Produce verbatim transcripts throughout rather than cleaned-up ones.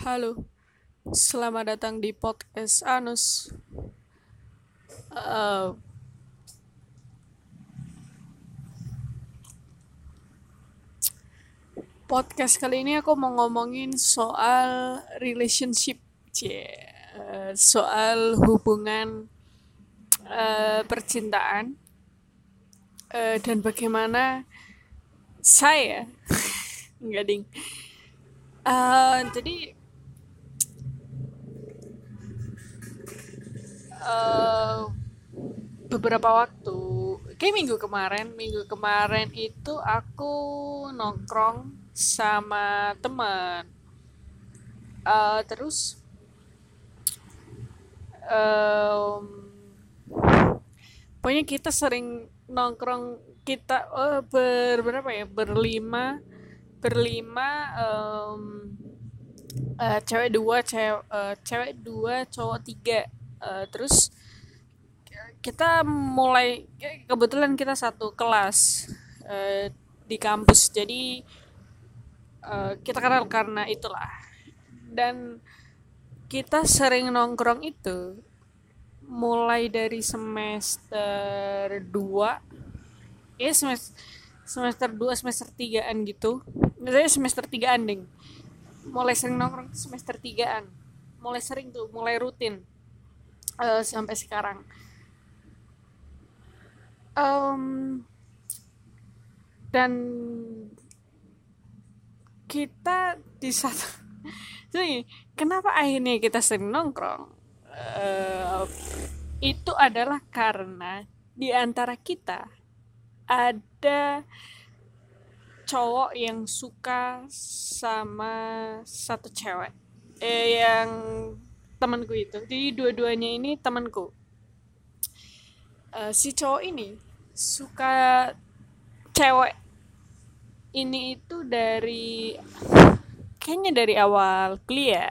Halo, selamat datang di podcast Anus. Eh, Podcast kali ini aku mau ngomongin soal relationship, cie, Eh, soal hubungan eh, percintaan eh, dan bagaimana saya, enggak ding. Eh, jadi eh, beberapa waktu kayak minggu kemarin minggu kemarin itu aku nongkrong sama teman. Eh, terus em, pokoknya kita sering nongkrong kita eh, ber berapa ya berlima berlima em, eh, cewek dua cewek eh, cewek dua cowok tiga. Eh, terus kita mulai kebetulan kita satu kelas eh, di kampus, jadi eh, kita kenal karena itulah. Dan kita sering nongkrong itu mulai dari semester dua, ya semester semester dua semester tigaan gitu. Misalnya semester tigaan ding, mulai sering nongkrong tuh semester tigaan, mulai sering tuh, mulai rutin eh, sampai sekarang. Em, dan kita di satu jadi kenapa akhirnya kita sering nongkrong. Eh, itu adalah karena di antara kita ada cowok yang suka sama satu cewek eh yang temanku itu. Jadi dua-duanya ini temanku. Eh, si cowok ini suka cewek ini itu dari kayaknya dari awal kuliah.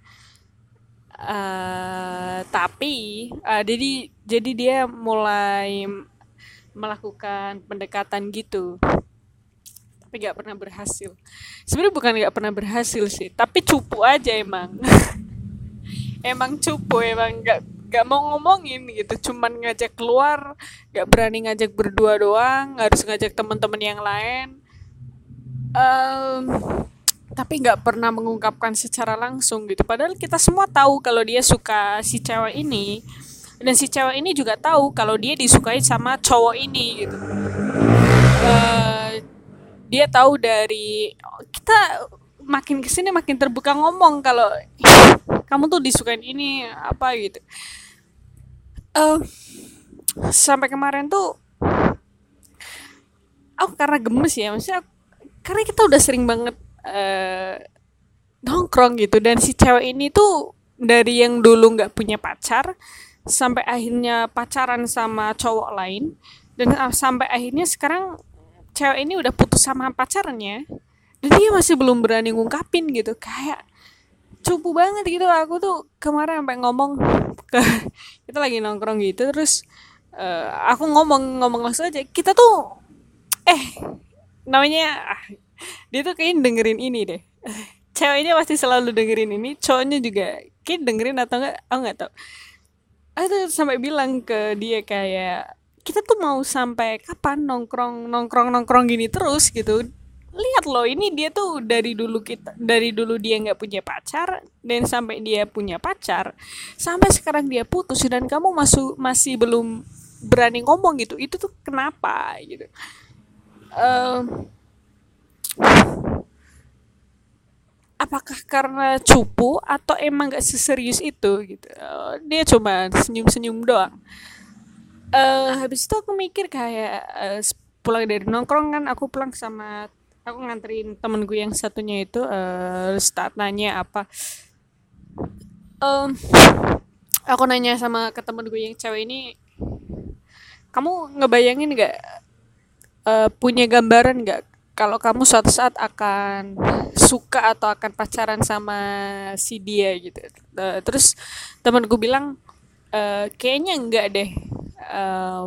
Eh, tapi eh, jadi jadi dia mulai melakukan pendekatan gitu, tapi gak pernah berhasil. Sebenarnya bukan gak pernah berhasil sih, tapi cupu aja emang. Emang cupu, emang gak gak mau ngomongin gitu, cuman ngajak keluar, gak berani ngajak berdua doang, harus ngajak teman-teman yang lain. Em, tapi nggak pernah mengungkapkan secara langsung gitu. Padahal kita semua tahu kalau dia suka si cewek ini, dan si cewek ini juga tahu kalau dia disukai sama cowok ini gitu. Eh, dia tahu dari kita, makin kesini makin terbuka ngomong kalau kamu tuh disukain ini apa gitu. Eh, Sampai kemarin tuh aku karena gemes ya, maksudnya karena kita udah sering banget eh, nongkrong gitu, dan si cewek ini tuh dari yang dulu nggak punya pacar sampai akhirnya pacaran sama cowok lain, dan uh, sampai akhirnya sekarang cewek ini udah putus sama pacarnya, dan dia masih belum berani ngungkapin gitu. Kayak cupu banget gitu. Aku tuh kemarin sampai ngomong ke kita lagi nongkrong gitu, terus eh, aku ngomong ngomong langsung aja, kita tuh eh namanya ah, dia tuh kayaknya dengerin ini deh. Ceweknya pasti selalu dengerin ini, cowoknya juga kayak dengerin atau enggak, aku nggak tahu. Aku tuh sampai bilang ke dia kayak, kita tuh mau sampai kapan nongkrong nongkrong nongkrong gini terus gitu. Lihat loh, ini dia tuh dari dulu kita dari dulu dia nggak punya pacar, dan sampai dia punya pacar, sampai sekarang dia putus, dan kamu masih masih belum berani ngomong gitu. Itu tuh kenapa gitu. Em, Apakah karena cupu atau emang gak seserius itu gitu. Eh, dia cuma senyum-senyum doang. Eh habis itu aku mikir kayak eh, pulang dari nongkrong kan, aku pulang sama aku nganterin temen gue yang satunya itu, eh start nanya apa. Em, aku nanya sama ke temen gue yang cewek ini, kamu ngebayangin nggak, eh, punya gambaran nggak kalau kamu suatu saat akan suka atau akan pacaran sama si dia gitu. Eh, terus temanku bilang, "Eh, kayaknya enggak deh." Eh,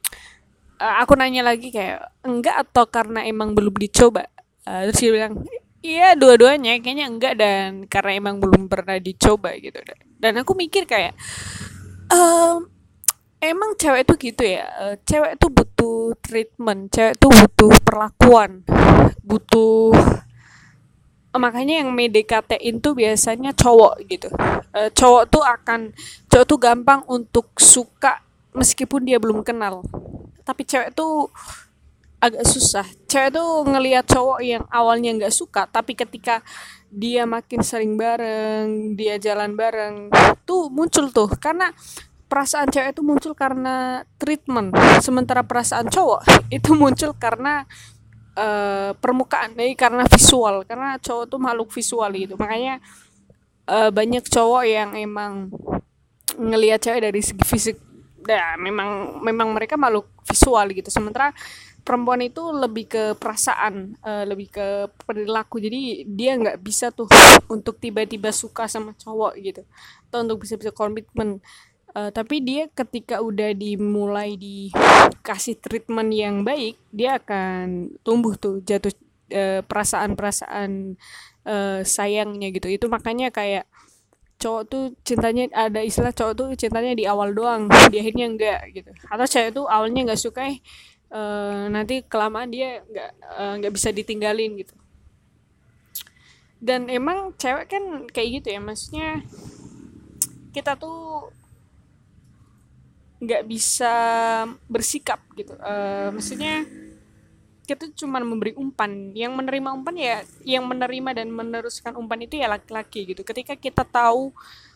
eh, aku nanya lagi kayak enggak atau karena emang belum dicoba. Eh, terus dia bilang Iya, dua-duanya kayaknya enggak, dan karena emang belum pernah dicoba gitu. Dan aku mikir kayak em, emang cewek itu gitu ya. Eh, cewek itu butuh treatment, cewek itu butuh perlakuan, butuh, eh, makanya yang M D K T-in tuh biasanya cowok gitu. Eh, cowok tuh akan cowok tuh gampang untuk suka meskipun dia belum kenal. Tapi cewek tuh agak susah. Cewek tuh ngelihat cowok yang awalnya nggak suka, tapi ketika dia makin sering bareng, dia jalan bareng, tuh muncul tuh. Karena perasaan cewek itu muncul karena treatment, sementara perasaan cowok itu muncul karena eh, permukaan, nih karena visual. Karena cowok tuh makhluk visual gitu. Makanya eh, banyak cowok yang emang ngelihat cewek dari segi fisik, ya memang memang mereka makhluk visual gitu. Sementara perempuan itu lebih ke perasaan, eh, lebih ke perilaku. Jadi dia nggak bisa tuh untuk tiba-tiba suka sama cowok gitu, atau untuk bisa-bisa komitmen. Eh, tapi dia ketika udah dimulai dikasih treatment yang baik, dia akan tumbuh tuh jatuh eh, perasaan-perasaan eh, sayangnya gitu. Itu makanya kayak cowok tuh cintanya, ada istilah cowok tuh cintanya di awal doang, di akhirnya enggak gitu. Atau cewek tuh awalnya nggak suka, eh eh, nanti kelamaan dia nggak eh, nggak bisa ditinggalin gitu. Dan emang cewek kan kayak gitu ya, maksudnya kita tuh nggak bisa bersikap gitu. Eh, maksudnya kita cuma memberi umpan, yang menerima umpan ya, yang menerima dan meneruskan umpan itu ya laki-laki gitu. Ketika kita tahu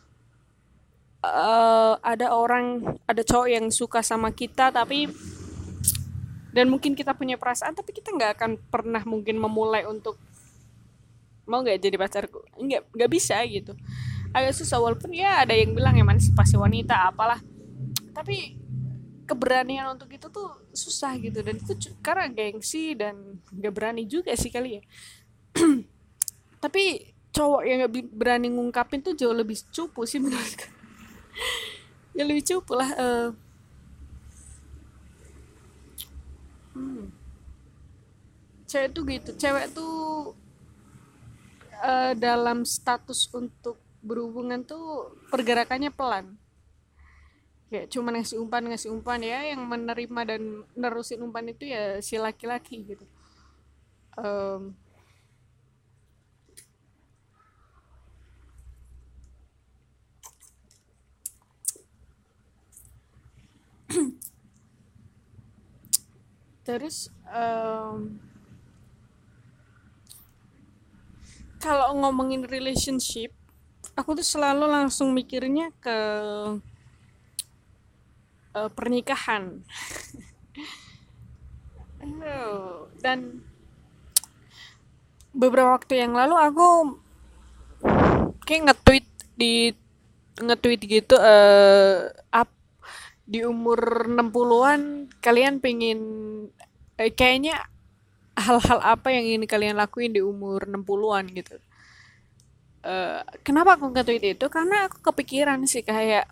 eh, ada orang, ada cowok yang suka sama kita, tapi dan mungkin kita punya perasaan, tapi kita nggak akan pernah mungkin memulai untuk mau nggak jadi pacarku, nggak nggak bisa gitu. Agak susah, walaupun ya ada yang bilang emansipasi wanita apalah, tapi keberanian untuk itu tuh susah gitu. Dan itu karena gengsi dan nggak berani juga sih kali ya. Tapi cowok yang nggak berani ngungkapin tuh jauh lebih cupu sih menurutku. Ya lebih cupu lah. Uh, hmm. Cewek tuh gitu, cewek tuh uh, dalam status untuk berhubungan tuh pergerakannya pelan. Kayak cuma ngasih umpan ngasih umpan ya, yang menerima dan nerusin umpan itu ya si laki-laki gitu. Um, terus um, kalau ngomongin relationship, aku tuh selalu langsung mikirnya ke uh, pernikahan. Oh, dan beberapa waktu yang lalu aku kayak nge-tweet di nge-tweet gitu, eh up di umur enam puluhan kalian pengen, eh, kayaknya hal-hal apa yang ingin kalian lakuin di umur enam puluhan gitu. Eh, kenapa aku nge-tweet itu? Karena aku kepikiran sih kayak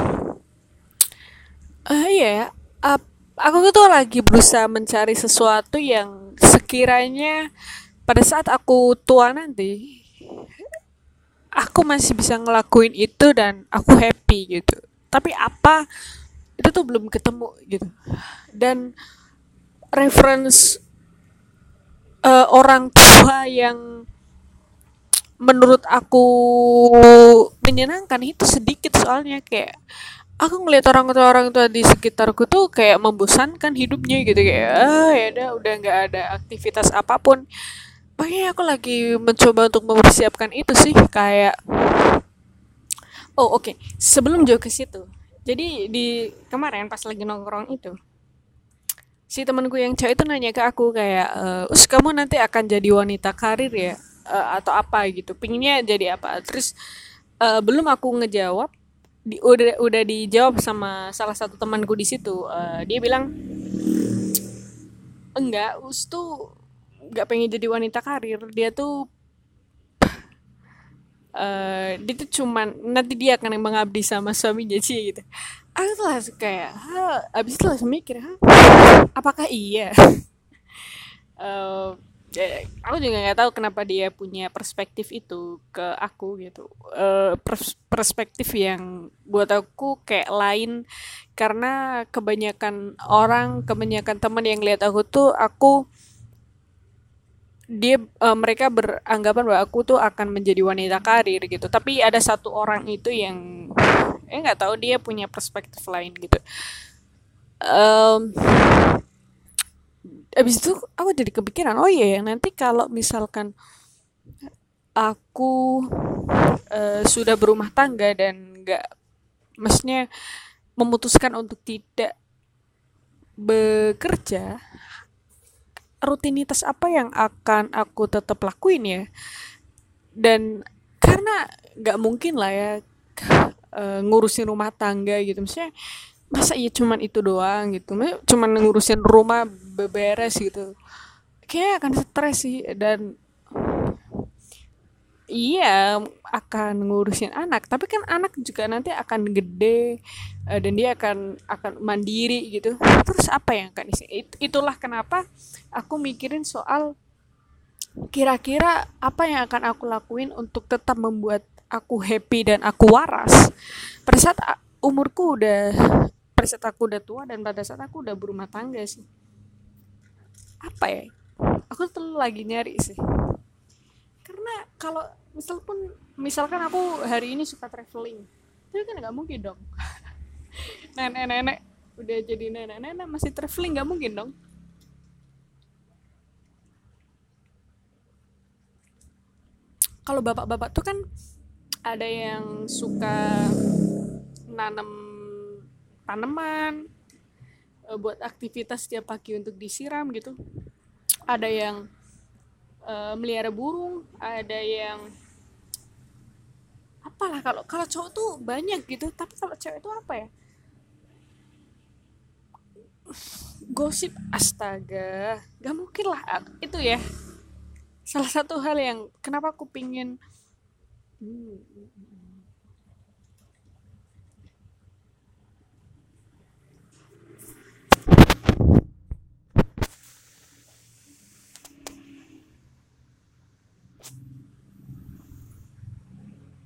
eh iya ya, ap- aku tuh lagi berusaha mencari sesuatu yang sekiranya pada saat aku tua nanti aku masih bisa ngelakuin itu dan aku happy gitu. Tapi apa, itu tuh belum ketemu gitu. Dan reference eh, orang tua yang menurut aku menyenangkan itu sedikit. Soalnya kayak aku ngelihat orang tua orang tua di sekitarku tuh kayak membosankan hidupnya gitu, kayak ah ya udah udah nggak ada aktivitas apapun. Makanya aku lagi mencoba untuk mempersiapkan itu sih, kayak oh oke, okay. Sebelum jauh ke situ, jadi di kemarin pas lagi nongkrong itu, si temanku yang cewek itu nanya ke aku kayak, eh, us kamu nanti akan jadi wanita karir ya. Eh, atau apa gitu, pinginnya jadi apa. Terus eh, belum aku ngejawab, di, udah udah dijawab sama salah satu temanku di situ. Eh, dia bilang enggak, us tuh nggak pengen jadi wanita karir, dia tuh eh dia tuh cuman nanti dia akan mengabdi sama suaminya sih gitu. Aku tuh langsung kayak, ha, abis itu langsung mikir, ha, apakah iya? Eh, Ya, aku juga nggak tahu kenapa dia punya perspektif itu ke aku gitu. Eh, pers- perspektif yang buat aku kayak lain, karena kebanyakan orang, kebanyakan teman yang lihat aku tuh, aku dia eh, mereka beranggapan bahwa aku tuh akan menjadi wanita karir gitu. Tapi ada satu orang itu yang eh nggak tahu, dia punya perspektif lain gitu. Em, Abis itu aku jadi kepikiran, oh iya ya, nanti kalau misalkan aku eh, sudah berumah tangga dan nggak, maksudnya memutuskan untuk tidak bekerja, rutinitas apa yang akan aku tetap lakuin ya? Dan karena nggak mungkin lah ya eh, ngurusin rumah tangga gitu, maksudnya masa iya cuman itu doang gitu, maksudnya cuman ngurusin rumah beberes gitu, kayaknya akan stres sih. Dan iya, akan ngurusin anak, tapi kan anak juga nanti akan gede, eh, dan dia akan akan mandiri gitu. Terus apa yang akan isi? It- itulah kenapa aku mikirin soal kira-kira apa yang akan aku lakuin untuk tetap membuat aku happy dan aku waras pada saat a- umurku udah, pada saat aku udah tua dan pada saat aku udah berumah tangga sih. Apa ya? Aku tuh lagi nyari sih. Karena kalau misal pun, misalkan aku hari ini suka traveling, itu kan nggak mungkin dong. Nenek-nenek udah jadi nenek-nenek masih traveling, nggak mungkin dong. Kalau bapak-bapak tuh kan ada yang suka nanam tanaman, eh, buat aktivitas setiap pagi untuk disiram gitu. Ada yang eh, melihara burung, ada yang apalah. Kalau kalau cowok tuh banyak gitu, tapi kalau cewek itu apa ya? Gosip, astaga, gak mungkin lah. Itu ya salah satu hal yang kenapa aku pingin